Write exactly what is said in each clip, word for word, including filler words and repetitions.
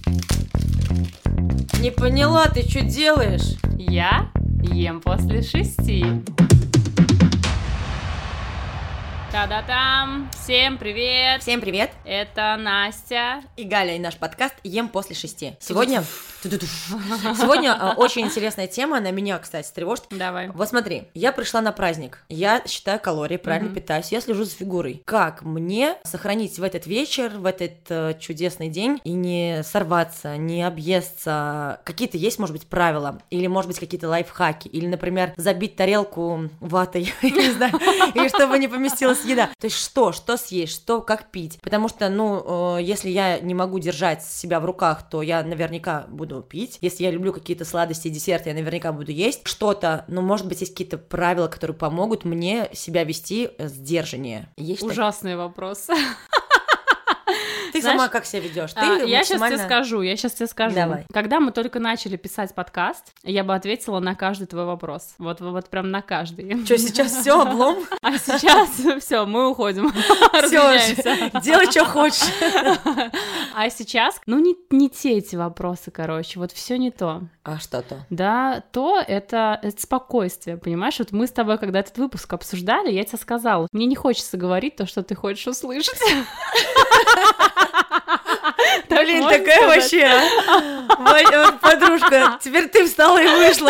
Не поняла, ты что делаешь? Я ем после шести. Та-да-там! Всем привет! Всем привет! Это Настя и Галя, и наш подкаст «Ем после шести». Сегодня... Сегодня очень интересная тема, она меня, кстати, тревожит. Давай. Вот смотри, я пришла на праздник, я считаю калории, правильно mm-hmm. питаюсь, я слежу за фигурой. Как мне сохранить в этот вечер, в этот э, чудесный день и не сорваться, не объесться? Какие-то есть, может быть, правила? Или, может быть, какие-то лайфхаки? Или, например, забить тарелку ватой, не знаю, или чтобы не поместилась еда. То есть что? Что съесть? Что? Как пить? Потому что, ну, э, если я не могу держать себя в руках, то я наверняка буду пить. Если я люблю какие-то сладости и десерты, я наверняка буду есть что-то. Но, может быть, есть какие-то правила, которые помогут мне себя вести сдержаннее. Есть Ужасный так? вопрос. Ты Знаешь, сама как себя ведешь? Ты а, максимально... Я сейчас тебе скажу, я сейчас тебе скажу. Давай. Когда мы только начали писать подкаст, я бы ответила на каждый твой вопрос. Вот, вот прям на каждый. Что, сейчас все облом? А сейчас все, мы уходим. Все, делай, что хочешь. А сейчас, ну, не, не те эти вопросы, короче, вот все не то. А что то? Да, то это, это спокойствие, понимаешь? Вот мы с тобой, когда этот выпуск обсуждали, я тебе сказала, мне не хочется говорить то, что ты хочешь услышать. Блин, такая вообще подружка, теперь ты встала и вышла.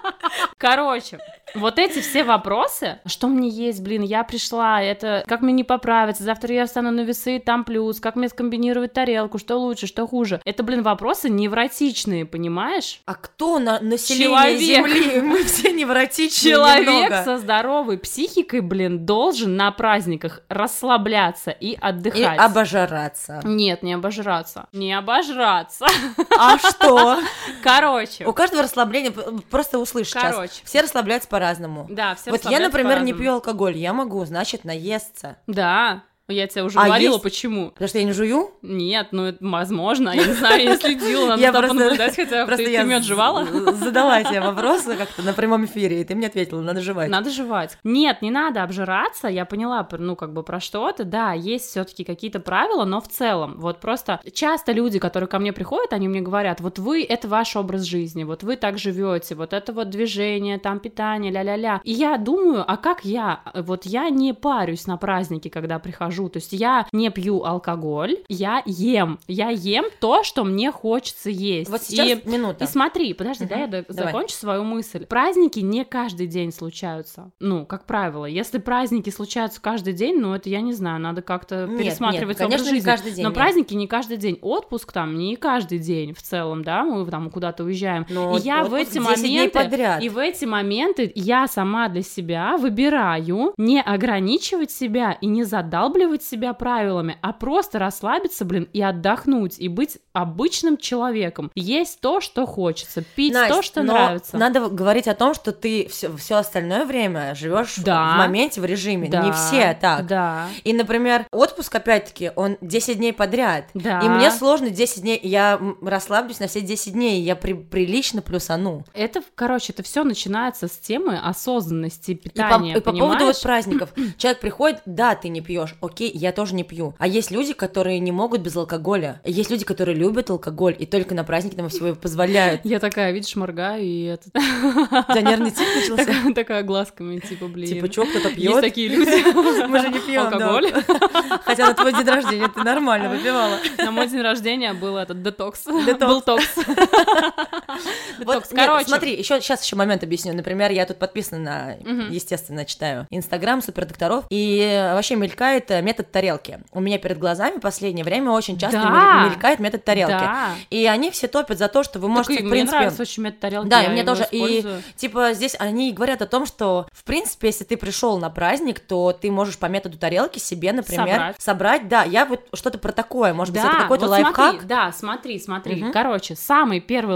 Короче, вот эти все вопросы, что мне есть, блин, я пришла, это как мне не поправиться, завтра я встану на весы, там плюс, как мне скомбинировать тарелку, что лучше, что хуже. Это, блин, вопросы невротичные, понимаешь? А кто на население Человек. Земли? Мы все невротичные Человек немного. со здоровой психикой, блин, должен на праздниках расслабляться и отдыхать. И обожраться. Нет, не обожраться. Не обожраться. А что? Короче. У каждого расслабления, просто услышь сейчас. Короче. Все расслабляются по-разному. Да, все Вот я, например, не по-разному. пью алкоголь, я могу, значит, наесться. Да. Я тебе уже А говорила, есть? почему. Потому что я не жую? Нет, ну, это возможно, я не знаю, я следила, надо Я там просто- понаблюдать, хотя Просто ты, я ты мёд з- жевала? задала тебе вопросы как-то на прямом эфире, и ты мне ответила, надо жевать. Надо жевать. Нет, не надо обжираться, я поняла, ну, как бы про что-то, да, есть все таки какие-то правила, но в целом, вот просто часто люди, которые ко мне приходят, они мне говорят, вот вы, это ваш образ жизни, вот вы так живете, вот это вот движение, там, питание, ля-ля-ля. И я думаю, а как я? Вот я не парюсь на праздники, когда прихожу, то есть я не пью алкоголь, я ем, я ем то, что мне хочется есть. Вот сейчас и, минута. и смотри, подожди, Мгм. да, я до- Давай. закончу свою мысль. Праздники не каждый день случаются, ну, как правило. Если праздники случаются каждый день, ну, это, я не знаю, надо как-то Нет, пересматривать нет, образ конечно, не жизни. каждый день, Но нет. праздники не каждый день. Отпуск там не каждый день в целом, да, мы там куда-то уезжаем. Но и я в отпуск эти десять дней моменты, подряд. и в эти моменты я сама для себя выбираю не ограничивать себя и не задалбливать себя правилами, а просто расслабиться, блин, и отдохнуть, и быть обычным человеком. Есть то, что хочется, пить Настя, то, что но нравится. надо говорить о том, что ты все, все остальное время живешь Да. в моменте, в режиме. Да, Не все так. Да. И, например, отпуск, опять-таки, он десять дней подряд. Да. И мне сложно десять дней, я м, расслаблюсь на все десять дней, я при- прилично плюсану. Это, короче, это все начинается с темы осознанности И по, питания, и по поводу понимаешь? вот праздников. Человек приходит, да, ты не пьешь, окей, я тоже не пью. А есть люди, которые не могут без алкоголя. Есть люди, которые любят алкоголь, и только на праздники нам всего позволяют. Я такая, видишь, моргаю, и это... Да, нервный тик начался. Такая, такая глазками, типа, блин. Типа, чё, кто-то Есть пьет? такие люди. Мы же не пьем Алкоголь. Хотя на твой день рождения ты нормально выпивала. На мой день рождения был этот детокс. Детокс. Был токс. Вот, Детокс. нет, Короче. смотри, еще сейчас еще момент объясню. Например, я тут подписана на, Мгм. естественно, читаю Инстаграм супердокторов, и вообще мелькает э, метод тарелки. У меня перед глазами в последнее время очень часто Да. мель- мелькает метод тарелки. Да. И они все топят за то, что вы Так можете, и в мне принципе... нравится очень метод тарелки. Да, я и мне его тоже. И использую. типа здесь они говорят о том, что в принципе, если ты пришел на праздник, то ты можешь по методу тарелки себе, например, Собрать. собрать. Да, я вот что-то про такое. Может быть, Да, это какой-то вот лайфхак. смотри, да, смотри, смотри. Мгм. Короче, самый первый лайфхак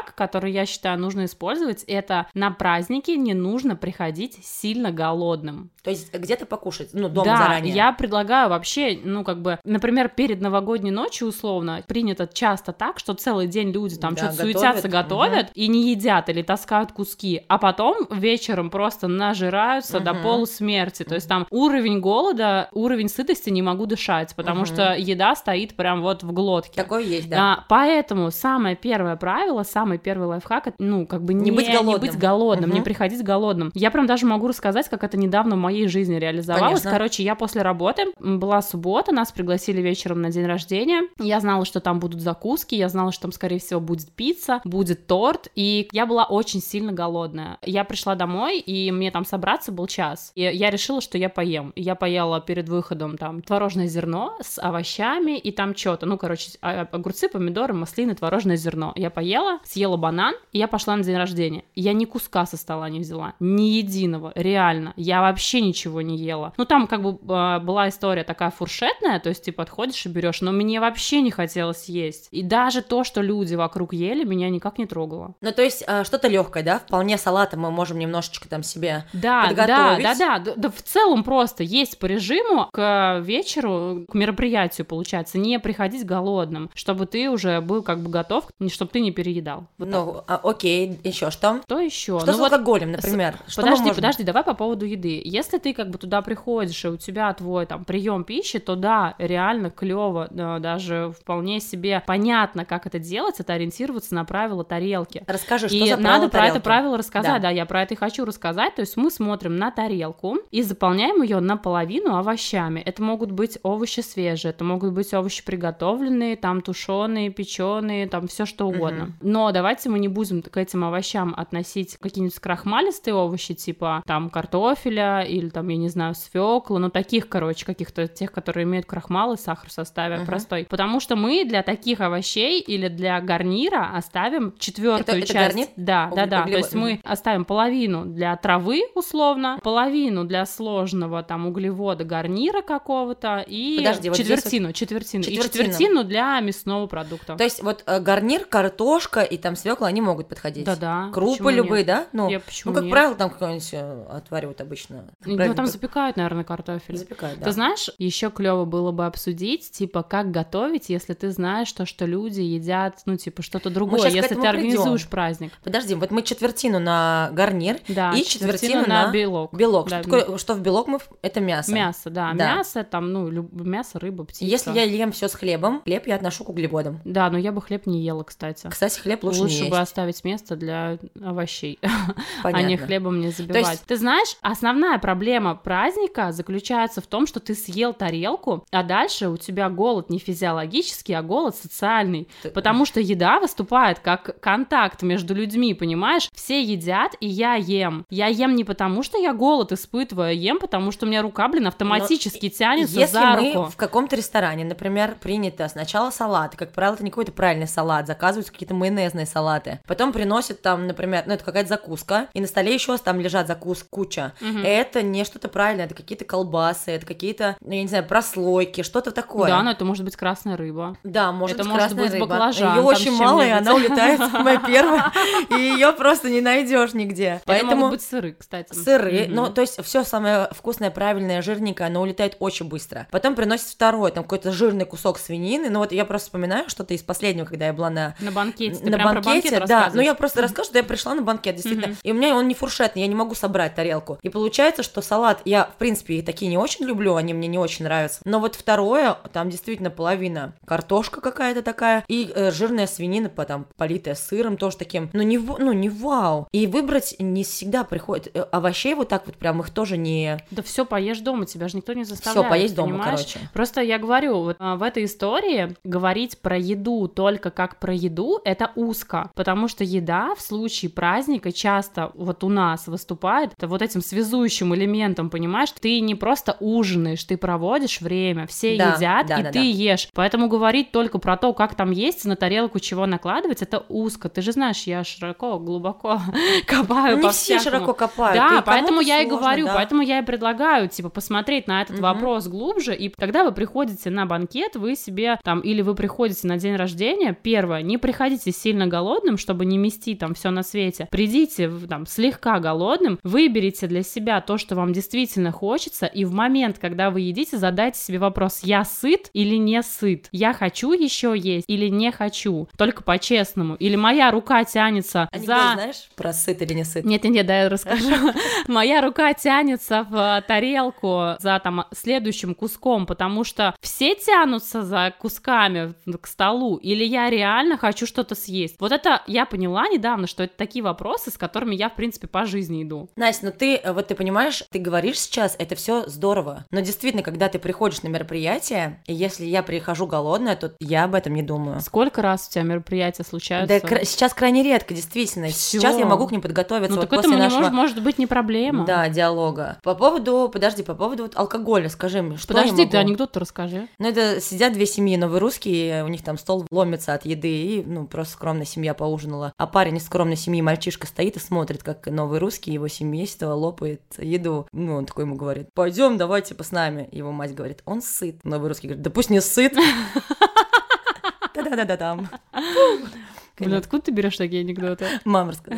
лайфхак, который я считаю нужно использовать, это на праздники не нужно приходить сильно голодным. То есть где-то покушать, ну, дома да, заранее. Да, я предлагаю вообще, ну, как бы, например, перед новогодней ночью, условно, принято часто так, что целый день люди там да, что-то готовят. суетятся, готовят, угу. и не едят или таскают куски, а потом вечером просто нажираются угу. до полусмерти. То есть там уровень голода, уровень сытости не могу дышать, потому угу. что еда стоит прям вот в глотке. Такое есть, да. А, поэтому самое первое правило, самый первый лайфхак, ну, как бы не, не быть голодным, не, быть голодным, угу. не приходить голодным. Я прям даже могу рассказать, как это недавно в моей жизни реализовалось. Конечно. Короче, я после работы, была суббота, нас пригласили вечером на день рождения, я знала, что там будут закуски, я знала, что там, скорее всего, будет пицца, будет торт, и я была очень сильно голодная. Я пришла домой, и мне там собраться был час, и я решила, что я поем. Я поела перед выходом там творожное зерно с овощами, и там что-то, ну, короче, огурцы, помидоры, маслины, творожное зерно. Я поела, съела банан, и я пошла на день рождения. Я ни куска со стола не взяла, ни единого, реально. Я вообще ничего не ела. Ну, там как бы э, была история такая фуршетная, то есть ты подходишь и берешь, но мне вообще не хотелось есть. И даже то, что люди вокруг ели, меня никак не трогало. Ну, то есть э, что-то легкое, да? Вполне салата мы можем немножечко там себе да, подготовить. Да, да, да, да. В целом просто есть по режиму к вечеру, к мероприятию, получается, не приходить голодным, чтобы ты уже был как бы готов, чтобы ты не переедал. Вот ну, а, окей, еще что? Что еще? Что ну, с вот алкоголем, например? С... Что подожди, можем... подожди, давай по поводу еды. Если ты как бы туда приходишь, и у тебя твой там прием пищи, то да, реально клево, да, даже вполне себе понятно, как это делать, это ориентироваться на правила тарелки. Расскажи, что и за надо про тарелки? это правило рассказать, да. да, я про это и хочу рассказать. То есть мы смотрим на тарелку и заполняем ее наполовину овощами. Это могут быть овощи свежие, это могут быть овощи приготовленные, там тушеные, печеные, там все что угодно. Угу. Но давайте мы не будем к этим овощам относить какие-нибудь крахмалистые овощи, типа там картофеля или там, я не знаю, свекла, ну таких, короче, каких-то тех, которые имеют крахмал и сахар в составе uh-huh. простой. Потому что мы для таких овощей или для гарнира оставим четвертую это, часть. Это гарнир? Да, Угли- да, да. углевод. То есть мы оставим половину для травы, условно, половину для сложного там углевода гарнира какого-то и Подожди, вот четвертину, вот... четвертину, четвертину, и четвертину для мясного продукта. То есть вот э, гарнир, картошка и там свекла, они могут подходить. Да-да. Крупы любые, нет? да? Ну, Я, почему ну как нет? правило, там какой-нибудь отваривают обычно. Ну, Правильно, там как... запекают, наверное, картофель. Запекают, да. Ты знаешь, еще клево было бы обсудить, типа, как готовить, если ты знаешь то, что люди едят, ну, типа, что-то другое, если ты организуешь придём. праздник. Подожди, вот мы четвертину на гарнир да, и четвертину, четвертину на, на белок. Белок. Да, что, такое, что в белок мы... Это мясо. Мясо, да. да. Мясо, там, ну, люб... мясо, рыба, птица. Если я ем все с хлебом, хлеб я отношу к углеводам. Да, но я бы хлеб не ела, кстати. Кстати, хлеб лучше, лучше не есть. бы оставить место для овощей, Понятно. а не хлебом не забивать. есть... Ты знаешь, основная проблема праздника заключается в том, что ты съел тарелку, а дальше у тебя голод не физиологический, а голод социальный, ты... потому что еда выступает как контакт между людьми, понимаешь? Все едят, и я ем. Я ем не потому, что я голод испытываю, а ем, потому что у меня рука, блин, автоматически Но тянется если за мы руку. В каком-то ресторане, например, принято сначала салат, как правило, это не какой-то правильный салат, заказываются какие-то майонезные салаты, потом приносят там, например, ну это какая-то закуска, и на столе еще там лежат закус куча. Угу. Это не что-то правильное, это какие-то колбасы, это какие-то, ну, я не знаю, прослойки, что-то такое. Да, но это может быть красная рыба. Да, может это быть может красная быть рыба. баклажан. Ее очень мало, и она улетает, моя первая, и ее просто не найдешь нигде. Это могут быть сыры, кстати. Сыры, ну то есть все самое вкусное, правильное, жирненькое, оно улетает очень быстро. Потом приносит второй, там какой-то жирный кусок свинины. Ну вот я просто вспоминаю что-то из последнего, когда я была на на банкете. Ты на прям банкете, про банкет да. Ну я просто расскажу, что я пришла на банкет, действительно, mm-hmm. и у меня он не фуршетный, я не могу собрать тарелку. И получается, что салат я в принципе такие не очень люблю, они мне не очень нравятся. Но вот второе, там действительно половина картошка какая-то такая и э, жирная свинина, потом политая сыром тоже таким. Ну не ну не вау. И выбрать не всегда приходит овощей вот так вот прям их тоже не. Да все поешь дома, тебя же никто не заставляет. Все поесть дома, понимаешь? короче. Просто я говорю, вот а, в этой истории говорить про еду только как про еду — это узко, потому что еда в случае праздника часто вот у нас выступает вот этим связующим элементом, понимаешь? Ты не просто ужинаешь, ты проводишь время, все да, едят, да, и да, ты да. ешь. Поэтому говорить только про то, как там есть, на тарелку чего накладывать, это узко. Ты же знаешь, я широко, глубоко копаю. Не все широко копают. Да, и поэтому я сложно, и говорю, да. поэтому я и предлагаю, типа, посмотреть на этот угу. вопрос глубже, и когда вы приходите на банкет, вы себе там, или вы приходите на день рождения, первое, не приходите сильно голодным, голодным, чтобы не мести там все на свете. Придите там слегка голодным, выберите для себя то, что вам действительно хочется, и в момент, когда вы едите, задайте себе вопрос: я сыт или не сыт? Я хочу еще есть или не хочу? Только по-честному. Или моя рука тянется Анекдот, за... знаешь, про сыт или не сыт? Нет-нет, да, я расскажу. Моя рука тянется в тарелку за там следующим куском, потому что все тянутся за кусками к столу, или я реально хочу что-то съесть? Вот это я поняла недавно, что это такие вопросы, с которыми я, в принципе, по жизни иду. Настя, ну ты, вот ты понимаешь, ты говоришь сейчас, это все здорово, но действительно, когда ты приходишь на мероприятие, и если я прихожу голодная, то я об этом не думаю. Сколько раз у тебя мероприятия случаются? Да, кра- сейчас крайне редко, действительно. Всё. Сейчас я могу к ним подготовиться. Ну вот так после это нашего... может, может быть не проблема. Да, диалога. По поводу, подожди, по поводу вот алкоголя, скажи мне, что Подожди, я могу? ты анекдот-то расскажи. Ну, это сидят две семьи, новые русские, у них там стол ломится от еды, и, ну, просто скромная семья поужинала. А парень из скромной семьи, мальчишка, стоит и смотрит, как новый русский, его семейство лопает еду. Ну, он такой ему говорит: пойдем, давай, типа, с нами. Его мать говорит: он сыт. Новый русский говорит: да пусть не сыт. Да-да-да-да там. Блин, откуда ты берешь такие анекдоты? Мама рассказала.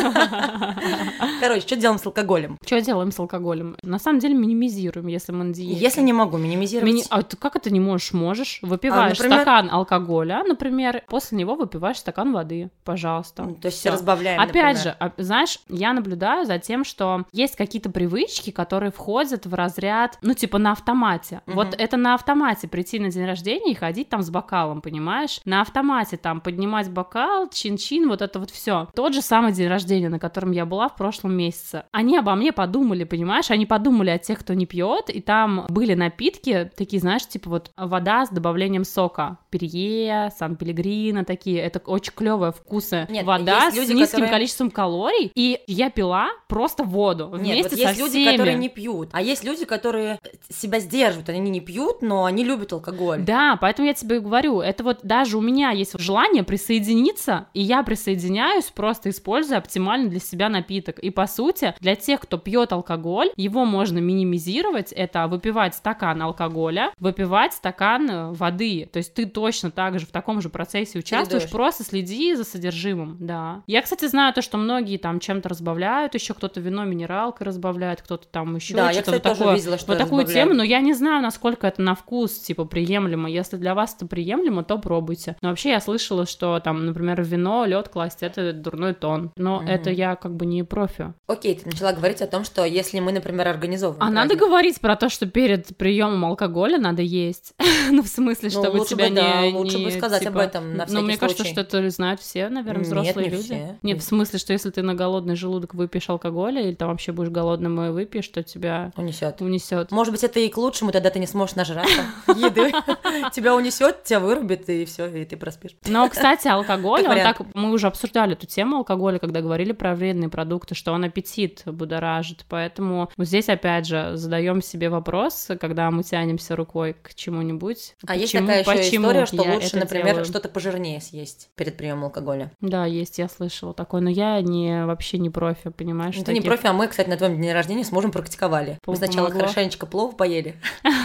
Короче, что делаем с алкоголем? Что делаем с алкоголем? На самом деле минимизируем, если мы на диете. Если не могу минимизировать... Мини... А ты как это не можешь? Можешь. Выпиваешь А, например... стакан алкоголя, например, после него выпиваешь стакан воды, пожалуйста. Ну, то есть Всё. разбавляем, Опять например. же, знаешь, я наблюдаю за тем, что есть какие-то привычки, которые входят в разряд, ну, типа на автомате. Мгм. Вот это на автомате прийти на день рождения и ходить там с бокалом, понимаешь? На автомате там поднимать бокал, чин-чин, вот это вот все. Тот же самый день рождения, на котором я была в прошлом месяце. Они обо мне подумали, понимаешь? Они подумали о тех, кто не пьет, и там были напитки, такие, знаешь, типа вот вода с добавлением сока. Перье, Сан-Пелегрино, такие. Это очень клевые вкусы. Нет, вода есть с люди, низким которые- количеством калорий, и я пила просто воду Нет, вместе вот со есть люди, всеми. которые не пьют, а есть люди, которые себя сдерживают, они не пьют, но они любят алкоголь. Да, поэтому я тебе и говорю, это вот даже у меня есть желание присоединиться, и я присоединяюсь, просто используя оптимально для себя напиток. И по сути, для тех, кто пьет алкоголь, его можно минимизировать, это выпивать стакан алкоголя, выпивать стакан э, воды. То есть ты точно так же в таком же процессе участвуешь, Чередуешь. просто следи за содержимым, да. Я, кстати, знаю то, что многие там чем-то разбавляют, еще кто-то вино минералкой разбавляет, кто-то там еще Да, я, что-то кстати, тоже такое. видела, что Вот такую разбавляют. тему, но я не знаю, насколько это на вкус, типа, приемлемо. Если для вас это приемлемо, то пробуйте. Но вообще я слышала, что там, например, в вино, лед класть — это дурной тон. Но Мгм. это я как бы не профи. Окей, ты начала говорить о том, что если мы, например, организовываем А надо праздник- говорить про то, что перед приемом алкоголя надо есть. Ну, в смысле, Ну, чтобы лучше тебя бы, да, не... лучше бы не, сказать типа, об этом на Ну, всякий мне кажется, случай. что это знают все, наверное, Нет, взрослые не люди. все. Нет, в смысле, что если ты на голодный желудок выпьешь алкоголя, или там вообще будешь голодным и выпьешь, то тебя Унесет. унесет. Может быть, это и к лучшему, тогда ты не сможешь нажраться еды. Тебя унесет, тебя вырубит, и все, и ты проспишь. Но, кстати, алкоголь, Как он вариант. так, мы уже обсуждали эту тему алкоголя, когда говорили про вредные продукты, что он аппетит будоражит, поэтому вот здесь, опять же, задаем себе вопрос, когда мы тянемся рукой к чему-нибудь. А есть почему- такая еще почему история, что я лучше, это например, делаю? что-то пожирнее съесть перед приемом алкоголя. Да, есть, я слышала такое, но я не вообще не профи, понимаешь? Ну, ты не таких- профи, а мы, кстати, на твоем дне рождения с мужем практиковали. Мы Плов сначала помогло? хорошенечко плов поели,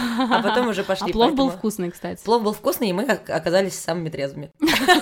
а потом уже А пошли. плов был поэтому- вкусный, кстати. Плов был вкусный, и мы ок- оказались самыми трезвыми.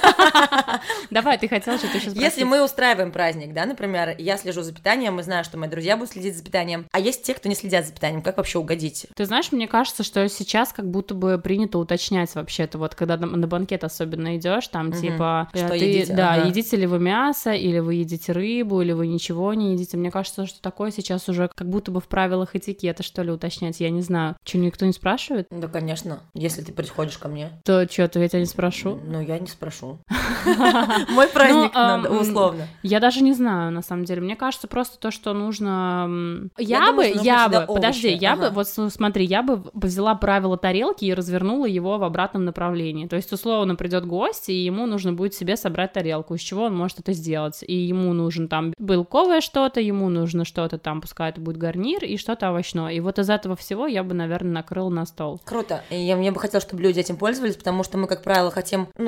Давай, ты хотела что-то еще спросить? Если мы устраиваем праздник, да, например, я слежу за питанием, мы знаем, что мои друзья будут следить за питанием, а есть те, кто не следят за питанием, как вообще угодить? Ты знаешь, мне кажется, что сейчас как будто бы принято уточнять вообще-то, вот когда на, на банкет особенно идешь, там Мгм. типа, Что э, ты, едите, да, ага. едите ли вы мясо, или вы едите рыбу, или вы ничего не едите. Мне кажется, что такое сейчас уже как будто бы в правилах этикета, что ли, уточнять, я не знаю. Че, никто не спрашивает? Да, конечно, если ты приходишь ко мне. То что, то я тебя не спрошу. Ну, я не спрошу. Мой праздник, Ну, надо, ам, условно. Я даже не знаю, на самом деле. Мне кажется, просто то, что нужно... м, Я Я, думаю, бы, что нужно я всегда бы, подожди, овощи, я ага. бы, вот с- смотри, я бы взяла правило тарелки и развернула его в обратном направлении. То есть, условно, придет гость, и ему нужно будет себе собрать тарелку, из чего он может это сделать. И ему нужен там белковое что-то, ему нужно что-то там, пускай это будет гарнир, и что-то овощное. И вот из этого всего я бы, наверное, накрыла на стол. Круто. И я, мне бы хотелось, чтобы люди этим пользовались, потому что мы, как правило, хотим, ну, все Отобрать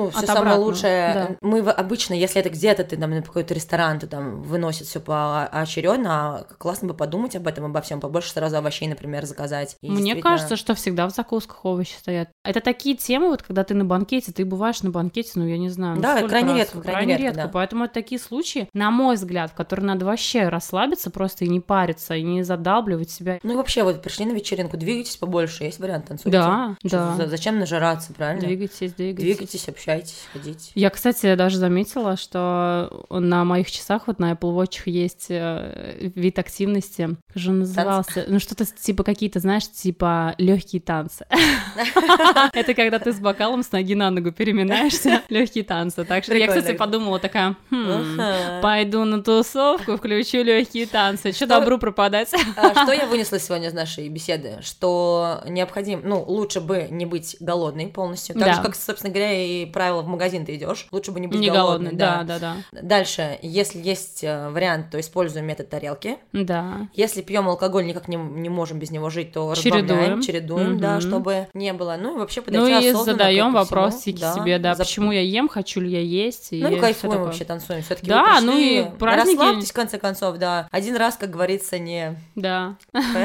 самое лучшее, да. Мы обычно, если это где-то ты там на какой-то ресторан, то там выносят все поочередно, а классно бы подумать об этом, обо всем, побольше сразу овощей, например, заказать. И Мне действительно... кажется, что всегда в закусках овощи стоят. Это такие темы, вот когда ты на банкете, ты бываешь на банкете, ну я не знаю, ну, да, крайне раз, редко, крайне, крайне редко, редко, да. Поэтому это такие случаи, на мой взгляд, в которые надо вообще расслабиться просто и не париться, и не задалбливать себя. Ну и вообще, вот пришли на вечеринку, двигайтесь побольше, есть вариант, танцуйте. Да, Что, да. Зачем нажираться, правильно? Двигайтесь, двигайтесь. Двигайтесь, общайтесь, ходите. Я, кстати, даже заметила, что на моих часах, вот на Apple Watch есть вид активности, как же он назывался? Танцы? Ну что-то типа какие-то, знаешь, типа легкие танцы. Это когда ты с бокалом с ноги на ногу переминаешься, легкие танцы. Так что я, кстати, подумала такая, пойду на тусовку, включу легкие танцы. Что добру пропадать? Что я вынесла сегодня из нашей беседы? Что необходимо, ну, лучше бы не быть голодной полностью. Так же, как, собственно говоря, и правило в магазин ты идешь, лучше бы не быть не голодной. голодной. Да, да, да. Дальше, если есть вариант, то используем метод тарелки. Да. Если пьем алкоголь, никак не, не можем без него жить, то чередуем, разбавляем, чередуем, угу. да, чтобы не было. Ну и вообще подойти ну, осознанно. Ну и задаем вопросики да, себе, да, за... почему я ем, хочу ли я есть. Ну и кайфуем вообще, танцуем. Все-таки да, ну и праздники... расслабьтесь, в конце концов, да. Один раз, как говорится, не... Да.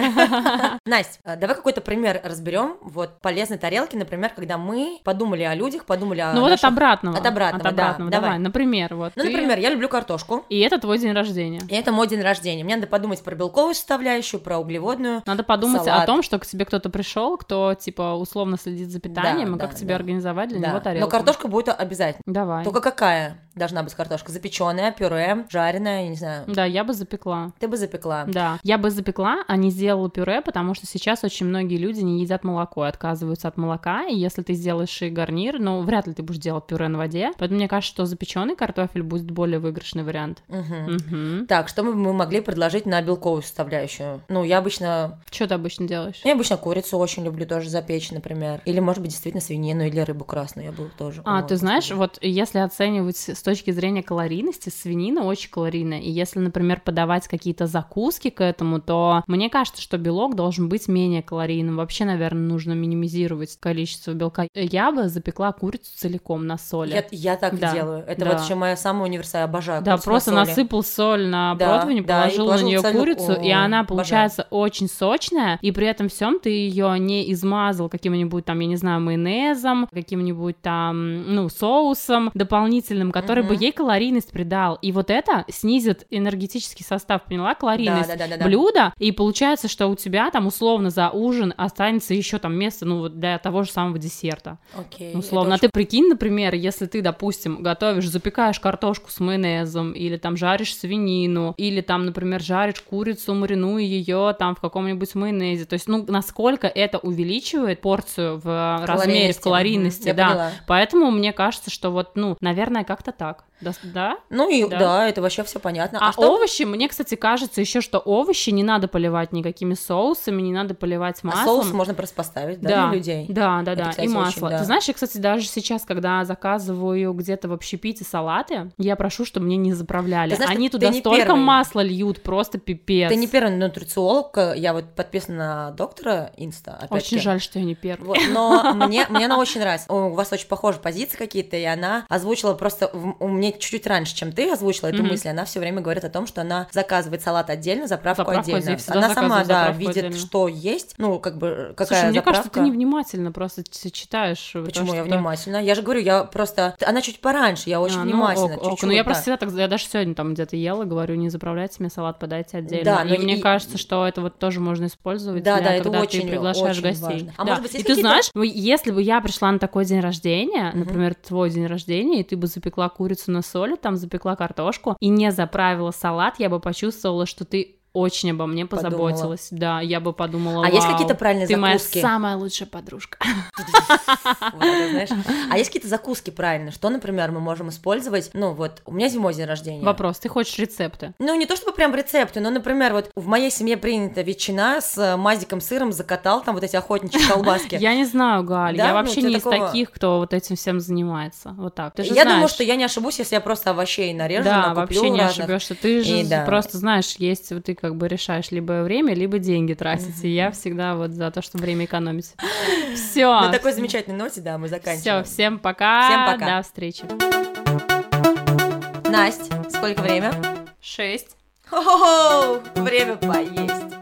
Настя, давай какой-то пример разберем. Вот полезной тарелки, например, когда мы подумали о людях, подумали о Ну вот наших... от обратного. От обратного, от обратного. Да, давай. давай. Например, вот Ну, ты... например, я люблю картошку. И это твой день рождения. И это мой день рождения. Мне надо подумать про белковую составляющую, про углеводную. Надо подумать салат. о том, что к тебе кто-то пришел, кто, типа, условно следит за питанием, да, и как да, тебе да. организовать для да. него тарелку. Но картошка будет обязательно. Давай. Только какая должна быть картошка? Запеченная, пюре, жареная, я не знаю. Да, я бы запекла. Ты бы запекла. Да, я бы запекла, а не сделала пюре, потому что сейчас очень многие люди не едят молоко и отказываются от молока, и если ты сделаешь и гарнир, ну, вряд ли ты будешь делать пюре на воде, поэтому мне кажется, что запеченный картофель будет более выигрышный вариант. Угу. Угу. Так, что мы, мы могли предложить на белковую составляющую? Ну, я обычно... Что ты обычно делаешь? Я обычно курицу очень люблю тоже запечь, например. Или, может быть, действительно свинину или рыбу красную я бы тоже... А, ты знаешь, сказать. Вот если оценивать с точки зрения калорийности, свинина очень калорийная, и если, например, подавать какие-то закуски к этому, то мне кажется, что белок должен быть менее калорийным. Вообще, наверное, нужно минимизировать количество белка. Я бы запекла курицу целиком на соли. Я, я так да. и делаю. Это да. вот еще моя самая универсальная, обожаю. Да, просто на насыпал соль на да, противень, да, положил, положил на нее курицу, О, и она получается обожаю. Очень сочная, и при этом всем ты ее не измазал каким-нибудь там, я не знаю, майонезом, каким-нибудь там, ну, соусом дополнительным, который угу. бы ей калорийность придал. И вот это снизит энергетический состав, поняла, калорийность да, да, да, да, блюда, и получается, что у тебя там условно за ужин останется еще там место, ну, вот для того же самого десерта. Окей. Условно. А ты прикинь, например, если ты, допустим, готовишь, запекаешь картошку с майонезом, или там жаришь свинину, или там, например, жаришь курицу, маринуя ее там в каком-нибудь майонезе. То есть, ну, насколько это увеличивает порцию в размере, в калорийности, я да. поняла. Поэтому мне кажется, что вот, ну, наверное, как-то так. Да? да? Ну и да. да, это вообще все понятно. А, а что... овощи, мне, кстати, кажется еще, что овощи не надо поливать никакими соусами, не надо поливать маслом. А соус можно просто поставить, да, да, для людей. Да, да, это, да, кстати, и масло. очень, да. Ты знаешь, я, кстати, даже сейчас, когда заказываю где-то в общепите салаты, я прошу, чтобы мне не заправляли. Знаешь, они туда столько первый. масла льют, просто пипец. Ты не первый нутрициолог, я вот подписана на доктора Инста, опять-таки. Очень жаль, что я не первый. Вот, но мне, мне она очень нравится. У вас очень похожие позиции какие-то, и она озвучила просто у меня чуть-чуть раньше, чем ты озвучила эту mm-hmm. мысль, она все время говорит о том, что она заказывает салат отдельно, заправку, заправку отдельно. Она сама, да, видит, отдельно. Что есть, ну, как бы, какая Слушай, заправка. мне кажется, ты невнимательно просто читаешь. Почему я что... внимательно? Я же говорю, я просто... Она чуть пораньше, я очень а, внимательно. Ну, ок, чуть-чуть, ок. ну я да. просто всегда так, я даже сегодня там где-то ела, говорю, не заправляйте мне салат, подайте отдельно. Да, и и мне и... кажется, что это вот тоже можно использовать, да, для, да, когда это очень, ты приглашаешь очень гостей. Важно. А да. может быть, и какие-то... ты знаешь, если бы я пришла на такой день рождения, uh-huh. например, твой день рождения, и ты бы запекла курицу на соли, там запекла картошку, и не заправила салат, я бы почувствовала, что ты очень обо мне позаботилась. Подумала. Да, я бы подумала, А вау, есть какие-то правильные ты закуски? Ты моя самая лучшая подружка. А есть какие-то закуски правильные? Что, например, мы можем использовать? Ну, вот, у меня зимой день рождения. Вопрос, ты хочешь рецепты? Ну, не то чтобы прям рецепты, но, например, вот в моей семье принята ветчина с мазиком, сыром, закатал там вот эти охотничьи колбаски. Я не знаю, Галь, я вообще не из таких, кто вот этим всем занимается. Вот так. Я думаю, что я не ошибусь, если я просто овощей нарежу, да, вообще не ошибешься. Ты же просто знаешь, есть вот ты как бы решаешь либо время, либо деньги тратить. Mm-hmm. И я всегда вот за то, чтобы время экономить. Все. На такой замечательной ноте, да, мы заканчиваем. Все, всем пока. Всем пока. До встречи. Настя, сколько время? Шесть. Хо-хо-хо! Время поесть.